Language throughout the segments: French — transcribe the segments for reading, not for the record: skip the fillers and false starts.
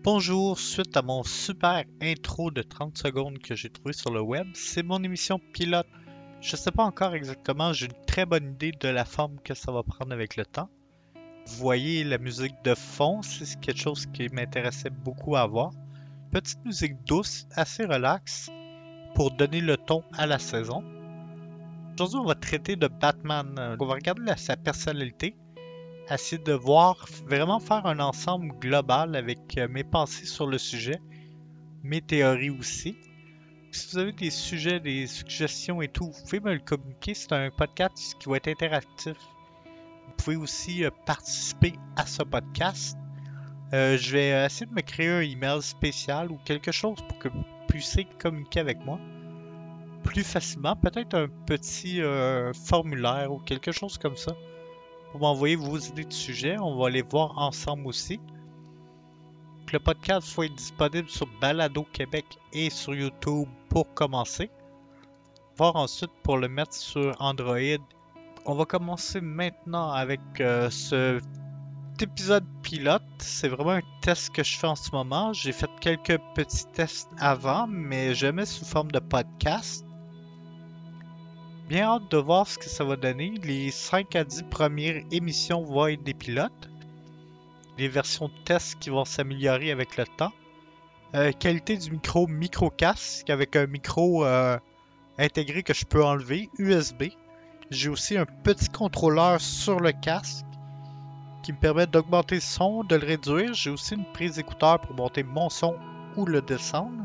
Bonjour, suite à mon super intro de 30 secondes que j'ai trouvé sur le web, c'est mon émission pilote. Je sais pas encore exactement, j'ai une très bonne idée de la forme que ça va prendre avec le temps. Vous voyez la musique de fond, c'est quelque chose qui m'intéressait beaucoup à voir. Petite musique douce, assez relaxe, pour donner le ton à la saison. Aujourd'hui, on va traiter de Batman. On va regarder sa personnalité, essayer de voir, vraiment faire un ensemble global avec mes pensées sur le sujet, mes théories aussi. Si vous avez des sujets, des suggestions et tout, vous pouvez me le communiquer. C'est un podcast qui va être interactif. Vous pouvez aussi participer à ce podcast. Je vais essayer de me créer un email spécial ou quelque chose pour que vous puissiez communiquer avec moi plus facilement. Peut-être un petit formulaire ou quelque chose comme ça pour m'envoyer vos idées de sujets. On va les voir ensemble aussi. Le podcast va être disponible sur Balado Québec et sur YouTube pour commencer. Voir ensuite pour le mettre sur Android. On va commencer maintenant avec cet épisode pilote. C'est vraiment un test que je fais en ce moment. J'ai fait quelques petits tests avant, mais jamais sous forme de podcast. Bien hâte de voir ce que ça va donner. Les 5 à 10 premières émissions vont être des pilotes. Les versions de test qui vont s'améliorer avec le temps. Qualité du micro casque avec un micro intégré que je peux enlever, USB. J'ai aussi un petit contrôleur sur le casque qui me permet d'augmenter le son, de le réduire. J'ai aussi une prise écouteur pour monter mon son ou le descendre.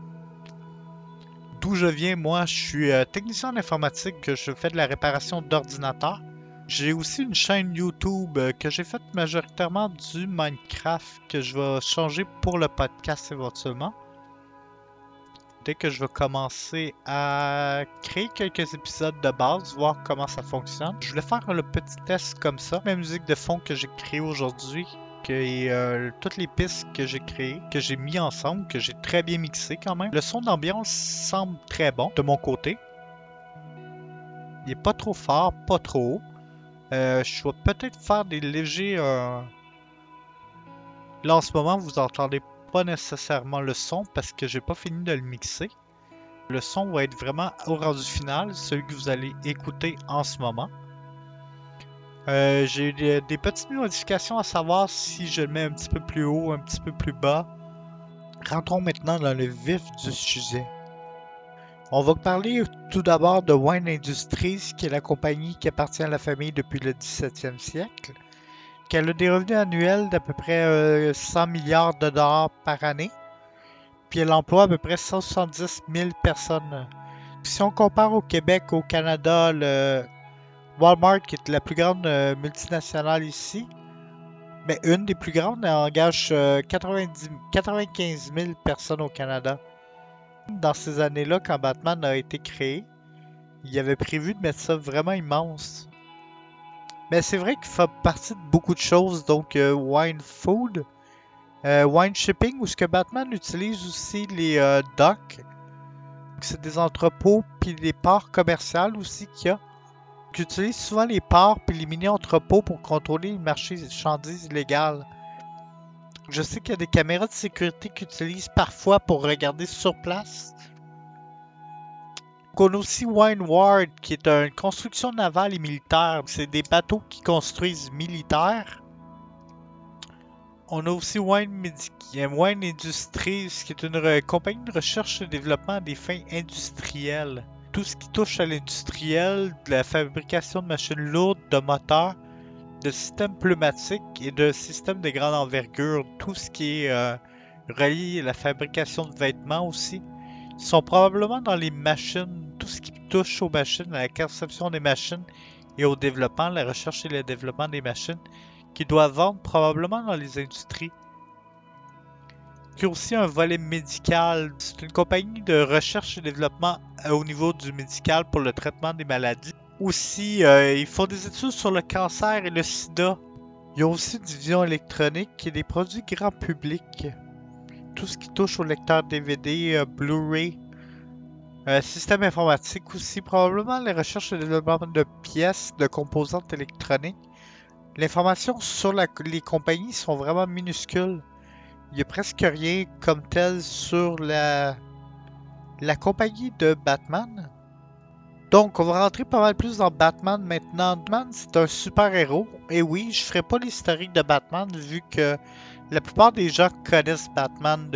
D'où je viens, moi, je suis technicien en informatique, je fais de la réparation d'ordinateurs. J'ai aussi une chaîne YouTube que j'ai faite majoritairement du Minecraft que je vais changer pour le podcast éventuellement. Dès que je vais commencer à créer quelques épisodes de base, voir comment ça fonctionne. Je voulais faire le petit test comme ça. Ma musique de fond que j'ai créée aujourd'hui, et toutes les pistes que j'ai créées, que j'ai mis ensemble, que j'ai très bien mixé quand même. Le son d'ambiance semble très bon de mon côté. Il est pas trop fort, pas trop haut. Je vais peut-être faire des légers... Là en ce moment, vous entendez pas nécessairement le son parce que j'ai pas fini de le mixer. Le son va être vraiment au rendu final, celui que vous allez écouter en ce moment. J'ai des petites modifications à savoir si je le mets un petit peu plus haut, un petit peu plus bas. Rentrons maintenant dans le vif du sujet. On va parler tout d'abord de Wine Industries, qui est la compagnie qui appartient à la famille depuis le 17e siècle, qui a des revenus annuels d'à peu près 100 milliards de dollars par année, puis elle emploie à peu près 170 000 personnes. Si on compare au Québec, au Canada, le Walmart, qui est la plus grande multinationale ici, mais une des plus grandes, elle engage 95 000 personnes au Canada. Dans ces années-là, quand Batman a été créé, il avait prévu de mettre ça vraiment immense. Mais c'est vrai qu'il fait partie de beaucoup de choses, donc wine food, wine shipping, où ce que Batman utilise aussi les docks. C'est des entrepôts puis des ports commerciaux aussi qu'il y a. Qui utilisent souvent les ports puis les mini-entrepôts pour contrôler les marchandises illégales. Je sais qu'il y a des caméras de sécurité qu'ils utilisent parfois pour regarder sur place. On a aussi Wine Ward, qui est une construction navale et militaire. C'est des bateaux qui construisent militaires. On a aussi Wine Industries, qui est une compagnie de recherche et développement à des fins industrielles. Tout ce qui touche à l'industriel, de la fabrication de machines lourdes, de moteurs, de systèmes pneumatiques et de systèmes de grande envergure, tout ce qui est relié à la fabrication de vêtements aussi, sont probablement dans les machines, tout ce qui touche aux machines, à la conception des machines et au développement, la recherche et le développement des machines, qui doivent vendre probablement dans les industries. Il y a aussi un volet médical. C'est une compagnie de recherche et développement au niveau du médical pour le traitement des maladies. Aussi, ils font des études sur le cancer et le sida. Ils ont aussi une division électronique et des produits grand public. Tout ce qui touche au lecteur DVD, Blu-ray, système informatique aussi, probablement les recherches et développement de pièces, de composantes électroniques. L'information sur les compagnies sont vraiment minuscules. Il n'y a presque rien comme tel sur la compagnie de Batman. Donc, on va rentrer pas mal plus dans Batman maintenant. Batman, c'est un super-héros. Et oui, je ferai pas l'historique de Batman vu que la plupart des gens connaissent Batman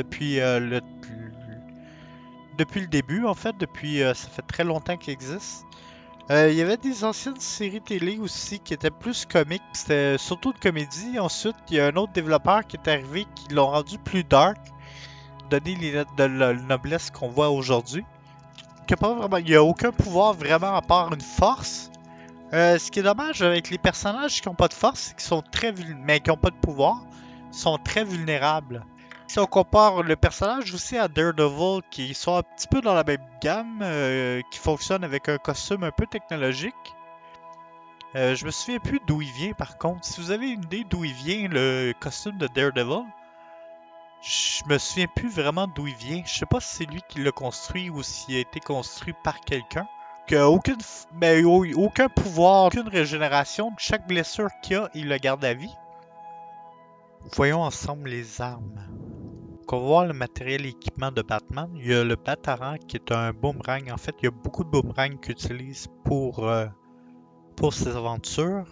depuis le début, en fait. Ça fait très longtemps qu'il existe. Il y avait des anciennes séries télé aussi qui étaient plus comiques. C'était surtout de comédie. Ensuite, il y a un autre développeur qui est arrivé qui l'ont rendu plus dark, donné les lettres de la noblesse qu'on voit aujourd'hui. Il n'y a aucun pouvoir vraiment à part une force. Ce qui est dommage avec les personnages qui n'ont pas de force, c'est qu'ils sont mais qui n'ont pas de pouvoir, sont très vulnérables. Si on compare le personnage aussi à Daredevil, qui sont un petit peu dans la même gamme, qui fonctionne avec un costume un peu technologique. Je me souviens plus d'où il vient par contre. Si vous avez une idée d'où il vient le costume de Daredevil, je me souviens plus vraiment d'où il vient. Je sais pas si c'est lui qui l'a construit ou s'il a été construit par quelqu'un. Aucun pouvoir, aucune régénération. Chaque blessure qu'il a, il le garde à vie. Voyons ensemble les armes. Donc on va voir le matériel et équipement de Batman. Il y a le Batarang qui est un boomerang. En fait, il y a beaucoup de boomerangs qu'il utilise pour ses aventures.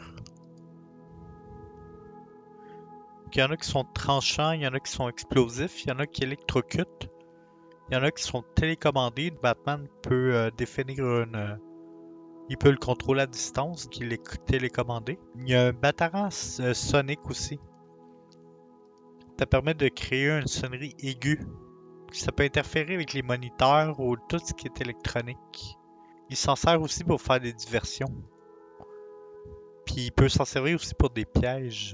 Il y en a qui sont tranchants, il y en a qui sont explosifs, il y en a qui électrocutent, il y en a qui sont télécommandés. Batman peut définir il peut le contrôler à distance, qu'il est télécommandé. Il y a un Batarang sonique aussi. Ça permet de créer une sonnerie aiguë. Ça peut interférer avec les moniteurs ou tout ce qui est électronique. Il s'en sert aussi pour faire des diversions. Puis il peut s'en servir aussi pour des pièges.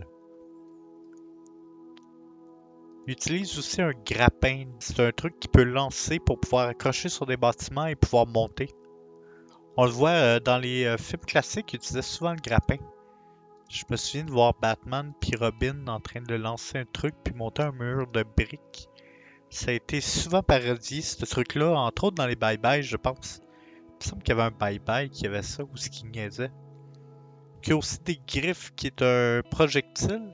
Il utilise aussi un grappin. C'est un truc qu'il peut lancer pour pouvoir accrocher sur des bâtiments et pouvoir monter. On le voit dans les films classiques, il utilisait souvent le grappin. Je me souviens de voir Batman puis Robin en train de lancer un truc puis monter un mur de briques. Ça a été souvent parodié, ce truc-là, entre autres dans les bye-bye, je pense. Il me semble qu'il y avait un bye-bye qui avait ça ou ce qui niaisait. Il y a aussi des griffes qui est un projectile.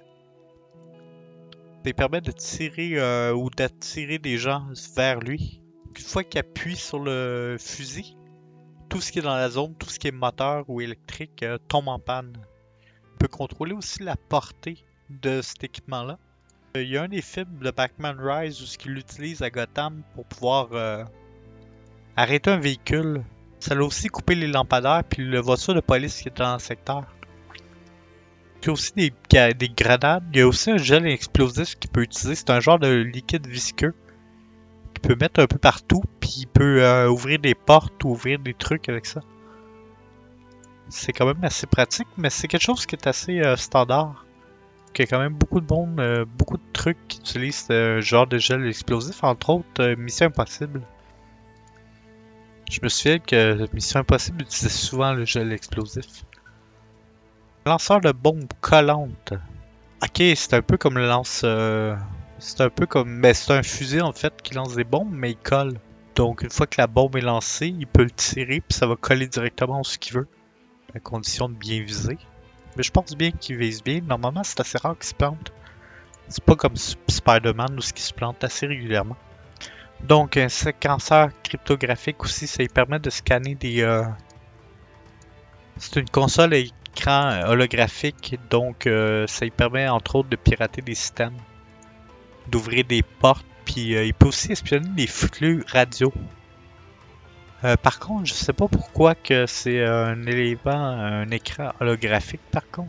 Ça permet de tirer ou d'attirer des gens vers lui. Une fois qu'il appuie sur le fusil, tout ce qui est dans la zone, tout ce qui est moteur ou électrique tombe en panne. Il peut contrôler aussi la portée de cet équipement-là. Il y a un des films de Batman Rise où ce qu'il utilise à Gotham pour pouvoir arrêter un véhicule. Ça l'a aussi coupé les lampadaires puis la voiture de police qui est dans le secteur. Il y a aussi des grenades. Il y a aussi un gel explosif qu'il peut utiliser. C'est un genre de liquide visqueux qu'il peut mettre un peu partout. Puis il peut ouvrir des portes ou ouvrir des trucs avec ça. C'est quand même assez pratique, mais c'est quelque chose qui est assez standard. Il y a quand même beaucoup de monde, beaucoup de trucs qui utilisent ce genre de gel explosif. Entre autres, Mission Impossible. Je me souviens que Mission Impossible utilisait souvent le gel explosif. Lanceur de bombes collantes. Ok, c'est un peu comme le lance. C'est un peu comme. Mais c'est un fusil en fait qui lance des bombes, mais il colle. Donc une fois que la bombe est lancée, il peut le tirer puis ça va coller directement où ce qu'il veut. À condition de bien viser. Mais je pense bien qu'il vise bien. Normalement, c'est assez rare qu'il se plante. C'est pas comme Spider-Man où ce qui se plante assez régulièrement. Donc un séquenceur cryptographique aussi, ça lui permet de scanner des. C'est une console écran holographique, donc ça lui permet entre autres de pirater des systèmes, d'ouvrir des portes, puis il peut aussi espionner des flux radio. Par contre, je sais pas pourquoi que c'est un écran holographique par contre.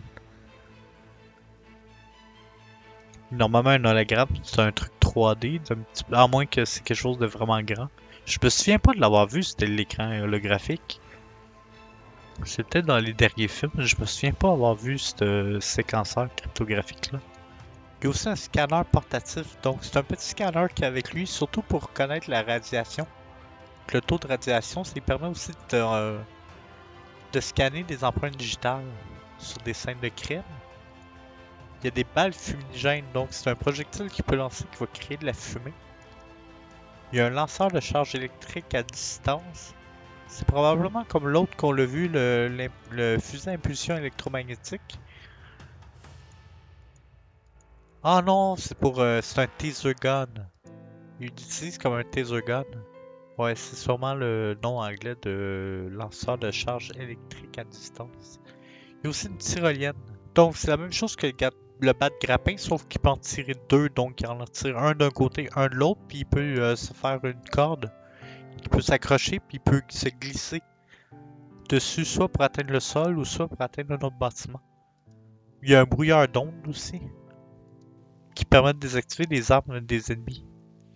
Normalement un hologramme c'est un truc 3D, à moins que c'est quelque chose de vraiment grand. Je me souviens pas de l'avoir vu, c'était l'écran holographique. C'est peut-être dans les derniers films, je me souviens pas avoir vu ce séquenceur cryptographique là. Il y a aussi un scanner portatif, donc c'est un petit scanner qui est avec lui, surtout pour connaître la radiation. Le taux de radiation, ça lui permet aussi de scanner des empreintes digitales sur des scènes de crime. Il y a des balles fumigènes, donc c'est un projectile qui peut lancer qui va créer de la fumée. Il y a un lanceur de charge électrique à distance. C'est probablement comme l'autre qu'on l'a vu, le fusil à impulsion électromagnétique. Ah non, c'est pour... c'est un taser gun. Il l'utilise comme un taser gun. Ouais, c'est sûrement le nom anglais de lanceur de charge électrique à distance. Il y a aussi une tyrolienne. Donc, c'est la même chose que le bat de grappin, sauf qu'il peut en tirer deux. Donc, il en tire un d'un côté, un de l'autre, puis il peut se faire une corde. Il peut s'accrocher, puis il peut se glisser dessus, soit pour atteindre le sol, ou soit pour atteindre un autre bâtiment. Il y a un brouilleur d'ondes aussi, qui permet de désactiver les armes des ennemis.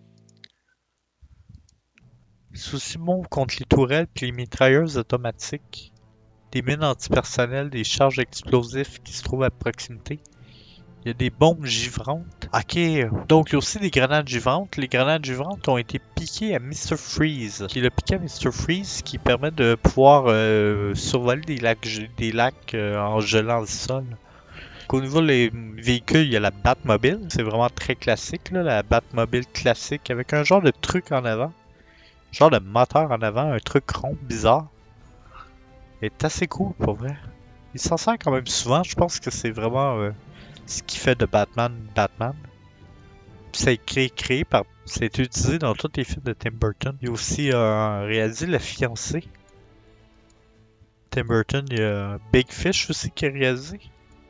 C'est aussi bon contre les tourelles puis les mitrailleuses automatiques, des mines antipersonnelles, des charges explosives qui se trouvent à proximité. Il y a des bombes givrantes. Ok, donc il y a aussi des grenades givrantes. Les grenades givrantes ont été piquées à Mr. Freeze, qui l'a piqué à Mr. Freeze, qui permet de pouvoir survoler des lacs en gelant le sol. Au niveau des véhicules, il y a la Batmobile. C'est vraiment très classique, là, la Batmobile classique, avec un genre de truc en avant. Genre de moteur en avant, un truc rond, bizarre. Il est assez cool, pour vrai. Il s'en sert quand même souvent. Je pense que c'est vraiment ce qui fait de Batman Batman. Ça a été créé par... C'est utilisé dans tous les films de Tim Burton. Il y a aussi réalisé La Fiancée. Tim Burton, il y a Big Fish aussi qui est réalisé.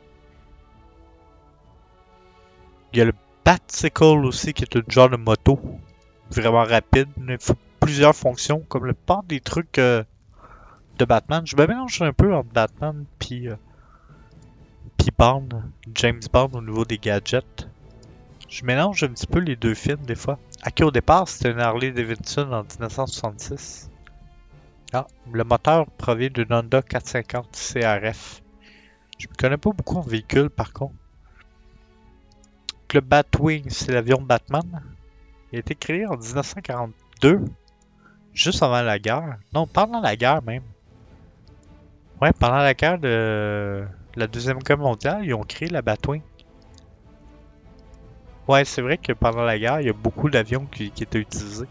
Il y a le Batcycle aussi qui est une genre de moto. Vraiment rapide. Il faut plusieurs fonctions, comme le part des trucs de Batman. Je me mélange un peu entre Batman puis Bond, James Bond au niveau des gadgets. Je mélange un petit peu les deux films des fois. Ok, au départ, c'était une Harley Davidson en 1966. Ah, le moteur provient d'une Honda 450 CRF. Je ne connais pas beaucoup en véhicule par contre. Le Batwing, c'est l'avion Batman. Il a été créé en 1942, juste avant la guerre. Non, pendant la guerre même. Ouais, pendant la guerre de la Deuxième Guerre mondiale, ils ont créé la Batwing. Ouais, c'est vrai que pendant la guerre, il y a beaucoup d'avions qui étaient utilisés.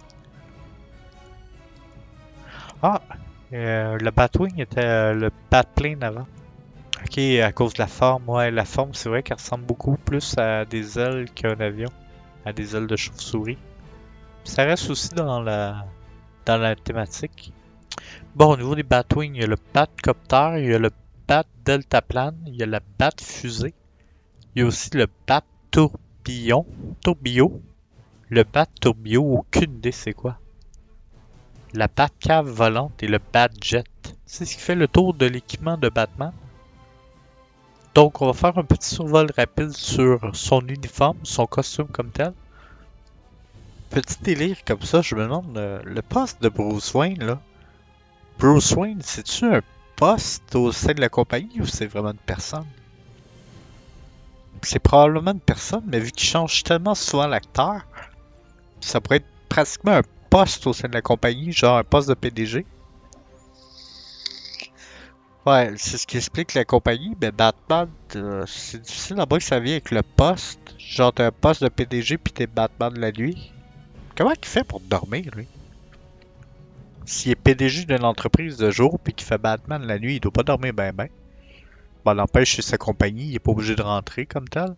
Ah, le Batwing était le Batplane avant. Ok, à cause de la forme, ouais, la forme, c'est vrai qu'elle ressemble beaucoup plus à des ailes qu'un avion, à des ailes de chauve-souris. Ça reste aussi dans la thématique. Bon, au niveau des Batwings, il y a le Batcopter, il y a le Bat-Deltaplane, il y a la Bat-Fusée, il y a aussi le Bat-Tourbillon, le Bat-Tourbillon, aucune idée c'est quoi. La Batcave volante et le Batjet. C'est ce qui fait le tour de l'équipement de Batman. Donc, on va faire un petit survol rapide sur son uniforme, son costume comme tel. Petit délire comme ça, je me demande, le poste de Bruce Wayne, là. Bruce Wayne, c'est-tu un poste au sein de la compagnie ou c'est vraiment une personne? C'est probablement une personne, mais vu qu'il change tellement souvent l'acteur, ça pourrait être pratiquement un poste au sein de la compagnie, genre un poste de PDG. Ouais, c'est ce qui explique la compagnie, mais Batman, c'est difficile d'abord que ça vient avec le poste. Genre t'as un poste de PDG puis t'es Batman la nuit. Comment il fait pour dormir, lui? S'il est PDG d'une entreprise de jour puis qu'il fait Batman la nuit, il doit pas dormir ben ben. Bon, n'empêche, c'est sa compagnie, il est pas obligé de rentrer comme tel.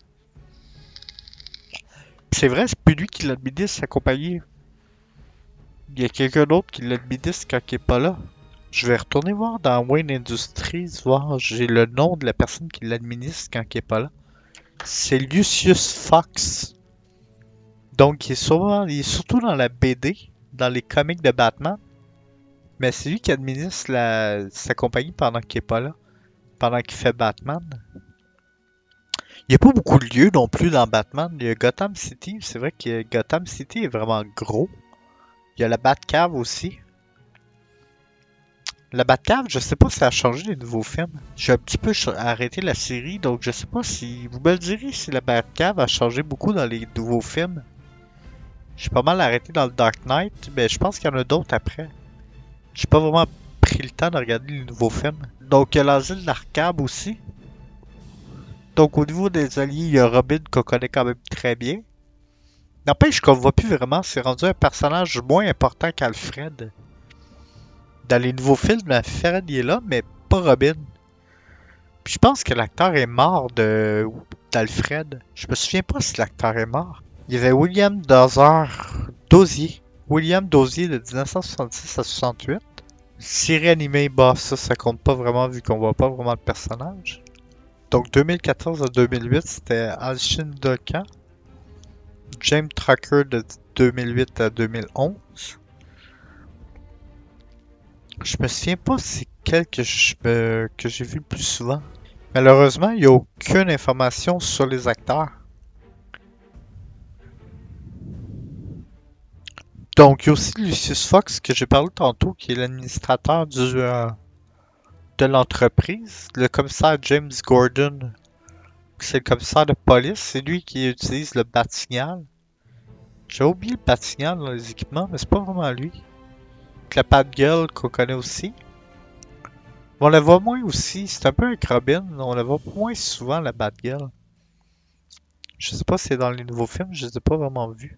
C'est vrai, c'est plus lui qui l'administre, sa compagnie. Il y a quelqu'un d'autre qui l'administre quand il est pas là. Je vais retourner voir dans Wayne Industries, voir j'ai le nom de la personne qui l'administre quand il est pas là. C'est Lucius Fox. Donc il est surtout dans la BD, dans les comics de Batman. Mais c'est lui qui administre sa compagnie pendant qu'il est pas là. Pendant qu'il fait Batman. Il n'y a pas beaucoup de lieux non plus dans Batman. Il y a Gotham City. C'est vrai que Gotham City est vraiment gros. Il y a la Batcave aussi. La Batcave, je sais pas si ça a changé les nouveaux films. J'ai un petit peu arrêté la série, donc je sais pas si... Vous me le direz si la Batcave a changé beaucoup dans les nouveaux films. J'ai pas mal arrêté dans le Dark Knight, mais je pense qu'il y en a d'autres après. J'ai pas vraiment pris le temps de regarder les nouveaux films. Donc il y a l'asile d'Arkham aussi. Donc au niveau des alliés, il y a Robin qu'on connaît quand même très bien. N'empêche qu'on le voit plus vraiment, c'est rendu un personnage moins important qu'Alfred. Dans les nouveaux films, Alfred il est là, mais pas Robin. Puis je pense que l'acteur est mort d'Alfred. Je me souviens pas si l'acteur est mort. Il y avait Dozier. William Dozier de 1966 à 68. Série animée, bah ça compte pas vraiment vu qu'on voit pas vraiment le personnage. Donc 2014 à 2008, c'était Alchin Dokan. James Tracker de 2008 à 2011. Je me souviens pas c'est quel que j'ai vu le plus souvent. Malheureusement, il n'y a aucune information sur les acteurs. Donc, il y a aussi Lucius Fox que j'ai parlé tantôt, qui est l'administrateur de l'entreprise. Le commissaire James Gordon, c'est le commissaire de police. C'est lui qui utilise le bat-signal. J'ai oublié le bat-signal dans les équipements, mais c'est pas vraiment lui. Avec la Batgirl qu'on connaît aussi. On la voit moins aussi. C'est un peu avec Robin. On la voit moins souvent, la Batgirl. Je sais pas si c'est dans les nouveaux films, je les ai pas vraiment vus.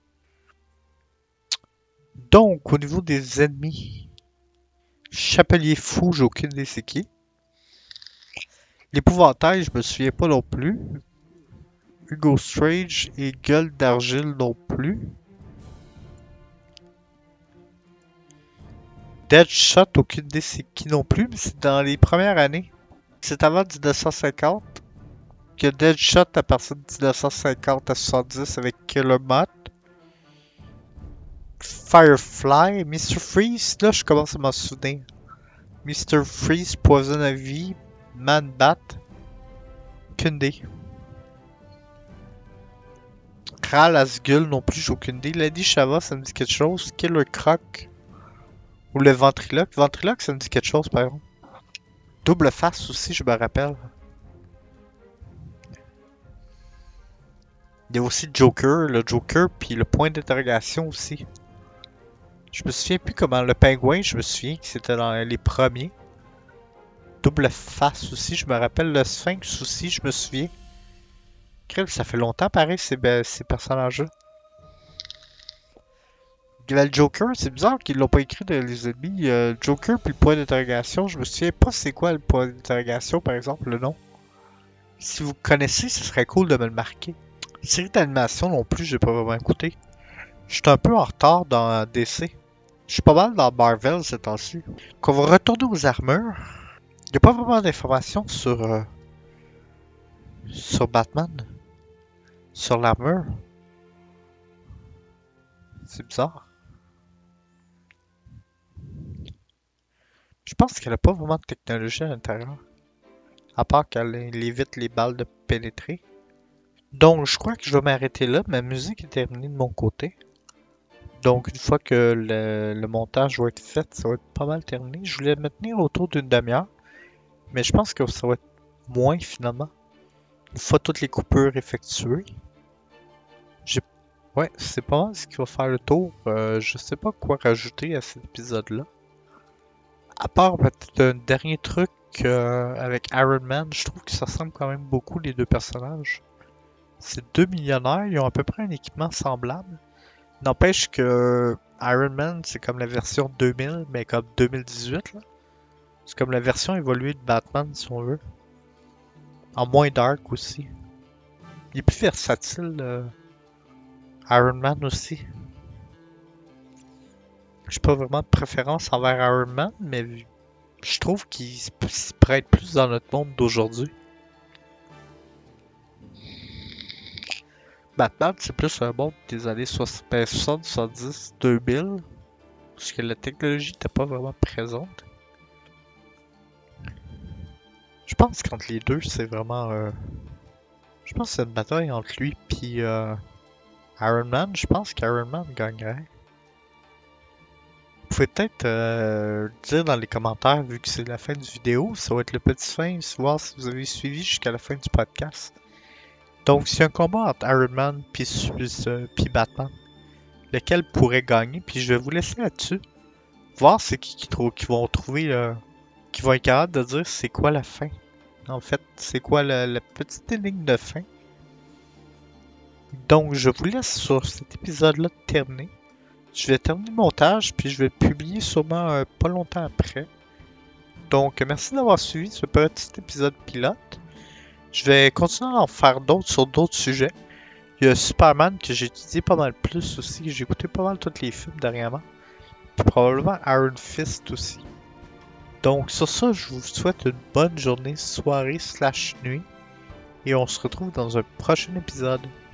Donc, au niveau des ennemis, Chapelier Fou, j'ai aucune idée c'est qui. L'épouvantail, je me souviens pas non plus. Hugo Strange et Gueule d'Argile non plus. Deadshot, aucune idée c'est qui non plus, mais c'est dans les premières années. C'est avant 1950 que Deadshot à partir de 1950 à 70 avec Killer Moth. Firefly, Mr. Freeze, là je commence à m'en souvenir. Mr. Freeze, Poison Ivy, Man-Bat, Kunde. Kral Asgul non plus, j'ai aucune idée. Lady Shava, ça me dit quelque chose. Killer Croc. Ou le Ventriloque. Ventriloque, ça me dit quelque chose par exemple. Double Face aussi, je me rappelle. Il y a aussi Joker, le Joker, puis le point d'interrogation aussi. Je me souviens plus comment. Le Pingouin, je me souviens que c'était dans les premiers. Double Face aussi, je me rappelle. Le Sphinx aussi, je me souviens. Crème, ça fait longtemps pareil ces personnages-là. Le Joker, c'est bizarre qu'ils l'ont pas écrit dans les ennemis. Joker puis le point d'interrogation, je me souviens pas c'est quoi le point d'interrogation par exemple, le nom. Si vous connaissez, ce serait cool de me le marquer. Série d'animation non plus, j'ai pas vraiment écouté. Je suis un peu en retard dans DC. Je suis pas mal dans Marvel ces temps-ci. Quand on va retourner aux armures, il n'y a pas vraiment d'informations sur Batman. Sur l'armure. C'est bizarre. Je pense qu'elle a pas vraiment de technologie à l'intérieur. À part qu'elle évite les balles de pénétrer. Donc je crois que je vais m'arrêter là. Ma musique est terminée de mon côté. Donc une fois que le montage va être fait, ça va être pas mal terminé. Je voulais me tenir autour d'une demi-heure. Mais je pense que ça va être moins finalement. Une fois toutes les coupures effectuées. Ouais, c'est pas mal ce qui va faire le tour. Je sais pas quoi rajouter à cet épisode-là. À part peut-être un dernier truc avec Iron Man, je trouve que ça ressemble quand même beaucoup les deux personnages. C'est deux millionnaires, ils ont à peu près un équipement semblable. N'empêche que Iron Man, c'est comme la version 2000, mais comme 2018 là. C'est comme la version évoluée de Batman si on veut. En moins dark aussi. Il est plus versatile, Iron Man aussi. J'ai pas vraiment de préférence envers Iron Man, mais je trouve qu'il se prête plus dans notre monde d'aujourd'hui. Batman, c'est plus un monde des années 60, 70, 2000, parce que la technologie n'était pas vraiment présente. Je pense qu'entre les deux, c'est vraiment... je pense que c'est une bataille entre lui et Iron Man. Je pense qu'Iron Man gagnerait. Vous pouvez peut-être dire dans les commentaires, vu que c'est la fin du vidéo, ça va être le petit fin, voir si vous avez suivi jusqu'à la fin du podcast. Donc, s'il y a un combat entre Iron Man puis Batman, lequel pourrait gagner, puis je vais vous laisser là-dessus. Voir c'est qui vont trouver, qui vont être capables de dire c'est quoi la fin. En fait, c'est quoi la petite énigme de fin. Donc, je vous laisse sur cet épisode-là terminé. Je vais terminer le montage, puis je vais le publier sûrement pas longtemps après. Donc, merci d'avoir suivi ce petit épisode pilote. Je vais continuer à en faire d'autres sur d'autres sujets. Il y a Superman que j'ai étudié pas mal plus aussi. J'ai écouté pas mal tous les films dernièrement. Puis probablement Iron Fist aussi. Donc, sur ça, je vous souhaite une bonne journée, soirée/nuit. Et on se retrouve dans un prochain épisode.